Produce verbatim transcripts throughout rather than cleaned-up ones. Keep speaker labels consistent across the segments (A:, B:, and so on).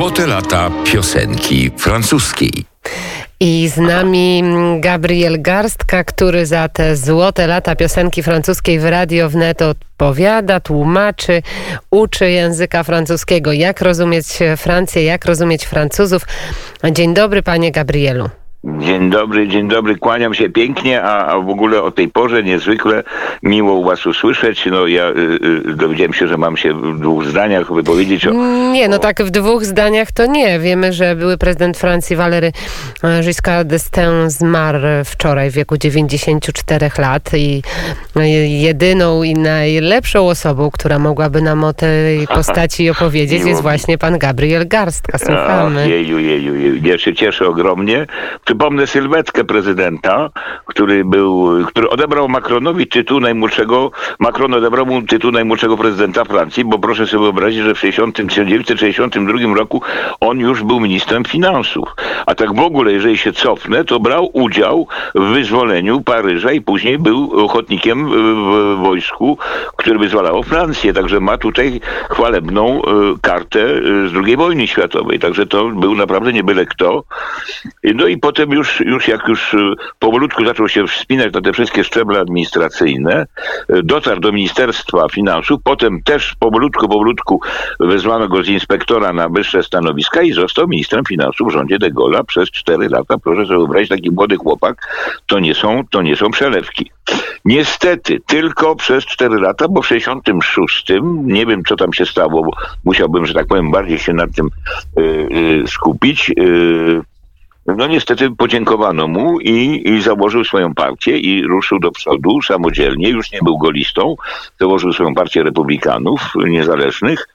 A: Złote lata piosenki francuskiej.
B: I z nami Gabriel Garstka, który za te złote lata piosenki francuskiej w Radio Wnet odpowiada, tłumaczy, uczy języka francuskiego. Jak rozumieć Francję, jak rozumieć Francuzów. Dzień dobry, panie Gabrielu.
C: Dzień dobry, dzień dobry, kłaniam się pięknie, a, a w ogóle o tej porze niezwykle miło u was usłyszeć. No ja y, y, dowiedziałem się, że mam się w dwóch zdaniach wypowiedzieć o...
B: Nie, no tak w dwóch zdaniach to nie. Wiemy, że były prezydent Francji Valéry Giscard d'Estaing zmarł wczoraj w wieku dziewięćdziesięciu czterech lat i jedyną i najlepszą osobą, która mogłaby nam o tej postaci opowiedzieć, jest właśnie pan Gabriel Garstka. Słuchamy.
C: A, jeju, jeju, jeju. Ja się cieszę ogromnie. Przypomnę sylwetkę prezydenta, który był, który odebrał Macronowi tytuł najmłodszego, Macron odebrał mu tytuł najmłodszego prezydenta Francji, bo proszę sobie wyobrazić, że w tysiąc dziewięćset sześćdziesiątym drugim roku on już był ministrem finansów. A tak w ogóle, jeżeli się cofnę, to brał udział w wyzwoleniu Paryża i później był ochotnikiem w wojsku, które wyzwalało Francję. Także ma tutaj chwalebną kartę z drugiej wojny światowej. Także to był naprawdę nie byle kto. No i potem już, już jak już powolutku zaczął się wspinać na te wszystkie szczeble administracyjne, dotarł do Ministerstwa Finansów, potem też powolutku, powolutku wezwano go z inspektora na wyższe stanowiska i został ministrem finansów w rządzie de Gaulle'a przez cztery lata. Proszę sobie wyobrazić, taki młody chłopak, to nie są, to nie są przelewki. Niestety, tylko przez cztery lata, bo w sześćdziesiątym szóstym, nie wiem co tam się stało, bo musiałbym, że tak powiem, bardziej się nad tym yy, yy, skupić, yy, No niestety podziękowano mu i, i założył swoją partię i ruszył do przodu samodzielnie, już nie był golistą, założył swoją partię republikanów niezależnych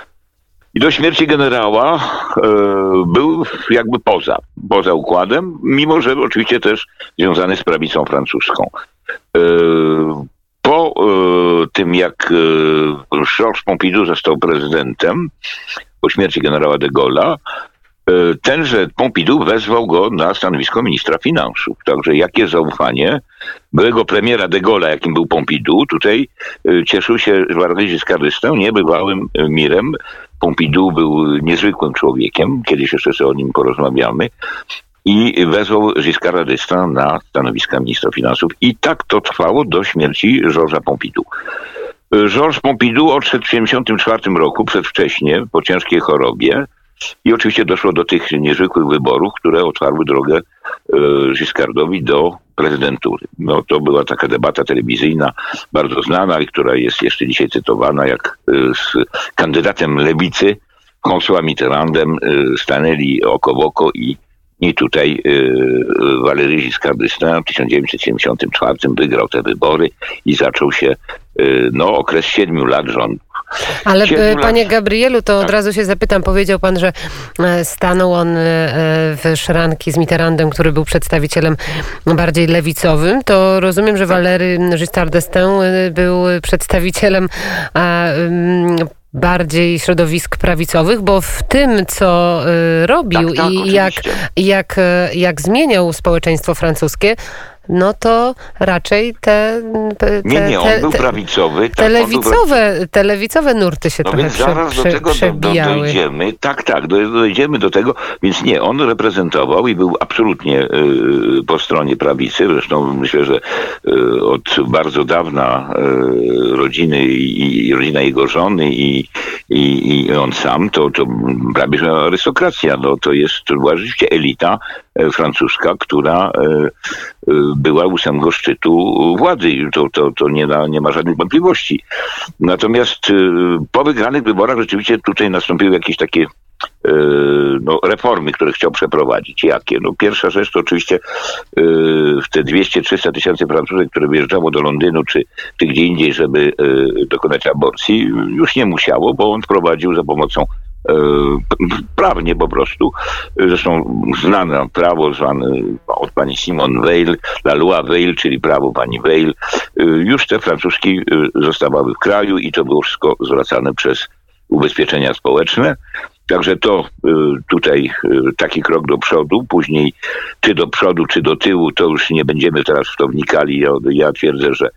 C: i do śmierci generała e, był jakby poza, poza układem, mimo że oczywiście też związany z prawicą francuską. E, po e, tym jak e, Georges Pompidou został prezydentem, po śmierci generała de Gaulle'a, tenże Pompidou wezwał go na stanowisko ministra finansów. Także jakie zaufanie byłego premiera de Gaulle'a, jakim był Pompidou, tutaj cieszył się Valéry Giscard d'Estaing niebywałym mirem. Pompidou był niezwykłym człowiekiem, kiedyś jeszcze sobie o nim porozmawiamy, i wezwał Giscarda d'Estaing na stanowisko ministra finansów. I tak to trwało do śmierci Georgesa Pompidou. Georges Pompidou odszedł w tysiąc dziewięćset siedemdziesiątym czwartym roku, przedwcześnie, po ciężkiej chorobie. I oczywiście doszło do tych niezwykłych wyborów, które otwarły drogę e, Giscardowi do prezydentury. No to była taka debata telewizyjna, bardzo znana i która jest jeszcze dzisiaj cytowana, jak e, z kandydatem lewicy, François Mitterrandem, e, stanęli oko w oko i, i tutaj e, Valéry Giscard d'Estaing w tysiąc dziewięćset siedemdziesiątym czwartym wygrał te wybory i zaczął się e, no, okres siedmiu lat rządu.
B: Ale panie Gabrielu, to od razu się zapytam. Powiedział pan, że stanął on w szranki z Mitterrandem, który był przedstawicielem bardziej lewicowym. To rozumiem, że Valéry Giscard d'Estaing był przedstawicielem bardziej środowisk prawicowych, bo w tym, co robił tak, tak, i jak, jak, jak zmieniał społeczeństwo francuskie, no to raczej te... te
C: nie, nie, on
B: te,
C: był
B: te,
C: prawicowy.
B: Te, tak, lewicowe, był... te lewicowe nurty się
C: no
B: trochę
C: więc zaraz
B: przy,
C: do tego
B: przy,
C: do, do, dojdziemy. Tak, tak, do, dojdziemy do tego. Więc nie, on reprezentował i był absolutnie y, po stronie prawicy. Zresztą myślę, że y, od bardzo dawna y, rodziny i, i rodzina jego żony i, i, i on sam, to, to prawie że arystokracja. No, to jest była rzeczywiście elita y, francuska, która y, y, była u samego szczytu władzy. To, to, to nie, na, nie ma żadnych wątpliwości. Natomiast y, po wygranych wyborach rzeczywiście tutaj nastąpiły jakieś takie y, no, reformy, które chciał przeprowadzić. Jakie? No, pierwsza rzecz to oczywiście y, te dwieście trzysta tysięcy Francuzów, które wyjeżdżało do Londynu czy, czy gdzie indziej, żeby y, dokonać aborcji, już nie musiało, bo on wprowadził za pomocą prawnie po prostu, zresztą znane prawo zwane od pani Simone Veil, la loi Veil, czyli prawo pani Veil, już te francuski zostawały w kraju i to było wszystko zwracane przez ubezpieczenia społeczne. Także to tutaj taki krok do przodu, później czy do przodu, czy do tyłu, to już nie będziemy teraz w to wnikali. Ja, ja twierdzę, że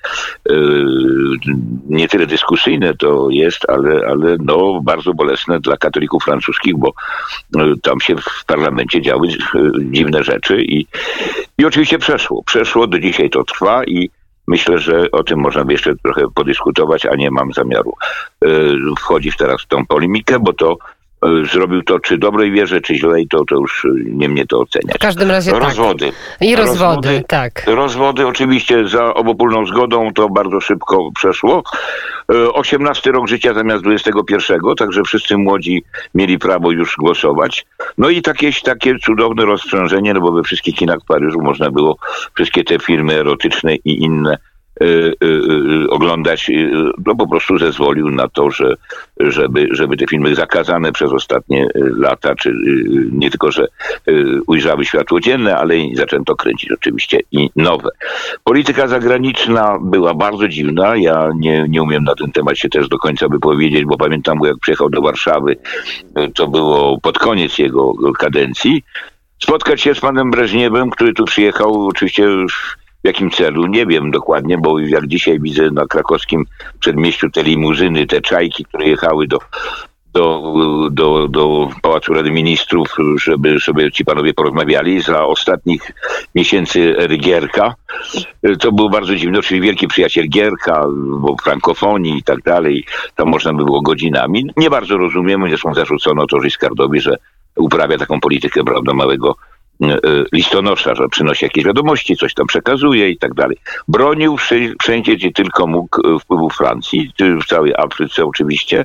C: nie tyle dyskusyjne to jest, ale, ale no bardzo bolesne dla katolików francuskich, bo tam się w parlamencie działy dziwne rzeczy i, i oczywiście przeszło. Przeszło, do dzisiaj to trwa i myślę, że o tym można by jeszcze trochę podyskutować, a nie mam zamiaru wchodzić teraz w tą polemikę, bo to zrobił to czy dobrej wierze, czy źlej, to, to już nie mnie to oceniać.
B: W każdym razie
C: rozwody.
B: Tak. I rozwody,
C: rozwody,
B: tak.
C: Rozwody oczywiście za obopólną zgodą to bardzo szybko przeszło. osiemnasty rok życia zamiast dwudziestego pierwszego, także wszyscy młodzi mieli prawo już głosować. No i takie, takie cudowne rozprzężenie, no bo we wszystkich kinach w Paryżu można było wszystkie te filmy erotyczne i inne Y, y, y, oglądać, y, no po prostu zezwolił na to, że, żeby, żeby te filmy zakazane przez ostatnie lata, czy y, nie tylko, że y, ujrzały światło dzienne, ale i zaczęto kręcić oczywiście i nowe. Polityka zagraniczna była bardzo dziwna. Ja nie, nie umiem na ten temat się też do końca wypowiedzieć, bo pamiętam, jak przyjechał do Warszawy, y, to było pod koniec jego kadencji, spotkać się z panem Breżniewem, który tu przyjechał oczywiście już w jakim celu? Nie wiem dokładnie, bo jak dzisiaj widzę na krakowskim przedmieściu te limuzyny, te czajki, które jechały do, do, do, do Pałacu Rady Ministrów, żeby, żeby ci panowie porozmawiali. Za ostatnich miesięcy Gierka. To był bardzo dziwny, czyli wielki przyjaciel Gierka, bo frankofonii i tak dalej. Tam można by było godzinami. Nie bardzo rozumiemy, zresztą zarzucono to Giscardowi, że uprawia taką politykę, prawda, małego listonosza, że przynosi jakieś wiadomości, coś tam przekazuje i tak dalej. Bronił wszędzie, gdzie tylko mógł wpływu Francji, w całej Afryce oczywiście.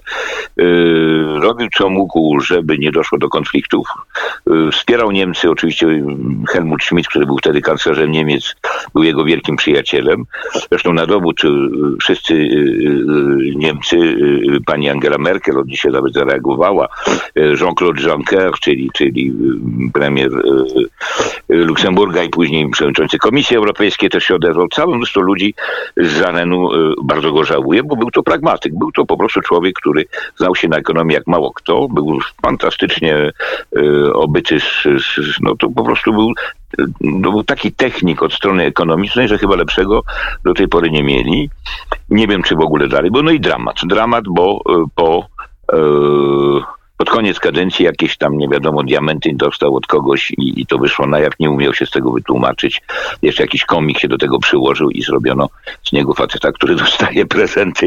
C: Robił co mógł, żeby nie doszło do konfliktów. Wspierał Niemcy, oczywiście Helmut Schmidt, który był wtedy kanclerzem Niemiec, był jego wielkim przyjacielem. Zresztą na dowód wszyscy Niemcy, pani Angela Merkel od dzisiaj nawet zareagowała, Jean-Claude Juncker, czyli, czyli premier Luksemburga i później przewodniczący Komisji Europejskiej też się odezwał. Całe mnóstwo ludzi z Zanenu bardzo go żałuje, bo był to pragmatyk. Był to po prostu człowiek, który znał się na ekonomii jak mało kto. Był fantastycznie obyty, z, z, no to po prostu był, no był taki technik od strony ekonomicznej, że chyba lepszego do tej pory nie mieli. Nie wiem, czy w ogóle dalej. Bo no i dramat. Dramat, bo po... Yy, Pod koniec kadencji jakieś tam, nie wiadomo, diamenty dostał od kogoś i, i to wyszło na jaw, nie umiał się z tego wytłumaczyć. Jeszcze jakiś komik się do tego przyłożył i zrobiono z niego faceta, który dostaje prezenty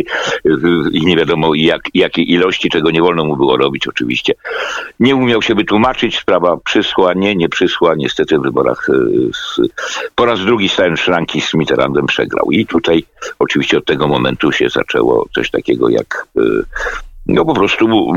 C: i nie wiadomo jak, jakiej ilości, czego nie wolno mu było robić oczywiście. Nie umiał się wytłumaczyć, sprawa przyschła, nie, nie przyschła. Niestety w wyborach z, po raz drugi stałem szranki z Mitterrandem przegrał. I tutaj oczywiście od tego momentu się zaczęło coś takiego jak, no po prostu...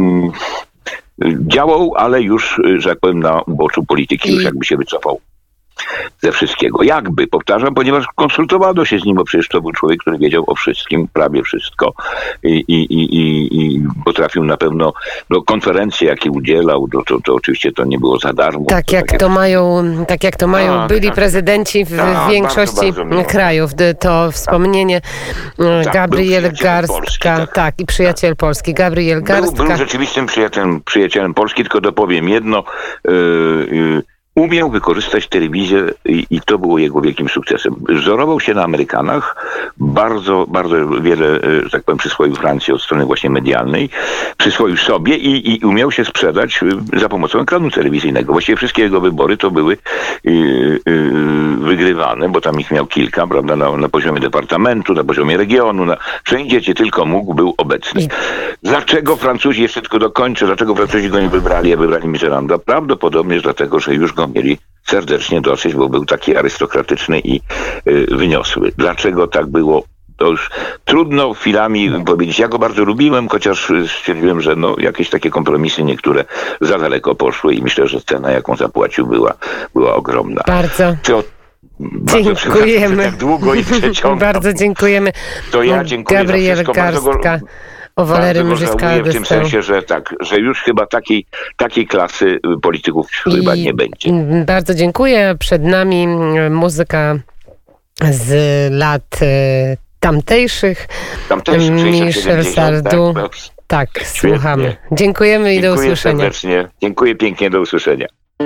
C: Działał, ale już, że tak powiem, na uboczu polityki, już jakby się wycofał ze wszystkiego. Jakby, powtarzam, ponieważ konsultowano się z nim, bo przecież to był człowiek, który wiedział o wszystkim, prawie wszystko i, i, i, i potrafił na pewno, no konferencje, jakie udzielał, to, to, to oczywiście to nie było za darmo.
B: Tak, to jak, tak jak to mają, tak jak to mają tak, byli tak, prezydenci w tak, większości bardzo, bardzo krajów. To wspomnienie tak, Gabriel Garstka, Polski, tak. tak, i przyjaciel tak. Polski, Gabriel Garstka.
C: Był, był rzeczywistym przyjacielem, przyjacielem Polski, tylko dopowiem jedno, yy, yy, umiał wykorzystać telewizję i, i to było jego wielkim sukcesem. Wzorował się na Amerykanach, bardzo, bardzo wiele, że tak powiem, przyswoił Francji od strony właśnie medialnej, przyswoił sobie i, i umiał się sprzedać za pomocą ekranu telewizyjnego. Właściwie wszystkie jego wybory to były yy, yy, wygrywane, bo tam ich miał kilka, prawda, na, na poziomie departamentu, na poziomie regionu, na, wszędzie, gdzie tylko mógł, był obecny. Dlaczego Francuzi, jeszcze tylko dokończę, dlaczego Francuzi go nie wybrali, a wybrali Mitterranda? Prawdopodobnie dlatego, że już go mieli serdecznie dosyć, bo był taki arystokratyczny i y, wyniosły. Dlaczego tak było? To już trudno chwilami powiedzieć. Ja go bardzo lubiłem, chociaż stwierdziłem, że no, jakieś takie kompromisy niektóre za daleko poszły i myślę, że cena, jaką zapłacił, była, była ogromna.
B: Bardzo.
C: To, bardzo
B: dziękujemy.
C: Tak długo i przeciągam.
B: Bardzo dziękujemy.
C: To ja dziękuję
B: Gabriel
C: za wszystko.
B: Garstka. O Valerym Giscard
C: w tym sensie, że tak, że już chyba takiej, takiej klasy polityków I chyba nie będzie.
B: Bardzo dziękuję. Przed nami muzyka z lat tamtejszych.
C: Tamtejszych,
B: Michel Sardou.
C: Tak,
B: Tak, słuchamy. Dziękujemy i
C: Dziękuję
B: do usłyszenia.
C: serdecznie. Dziękuję pięknie, do usłyszenia.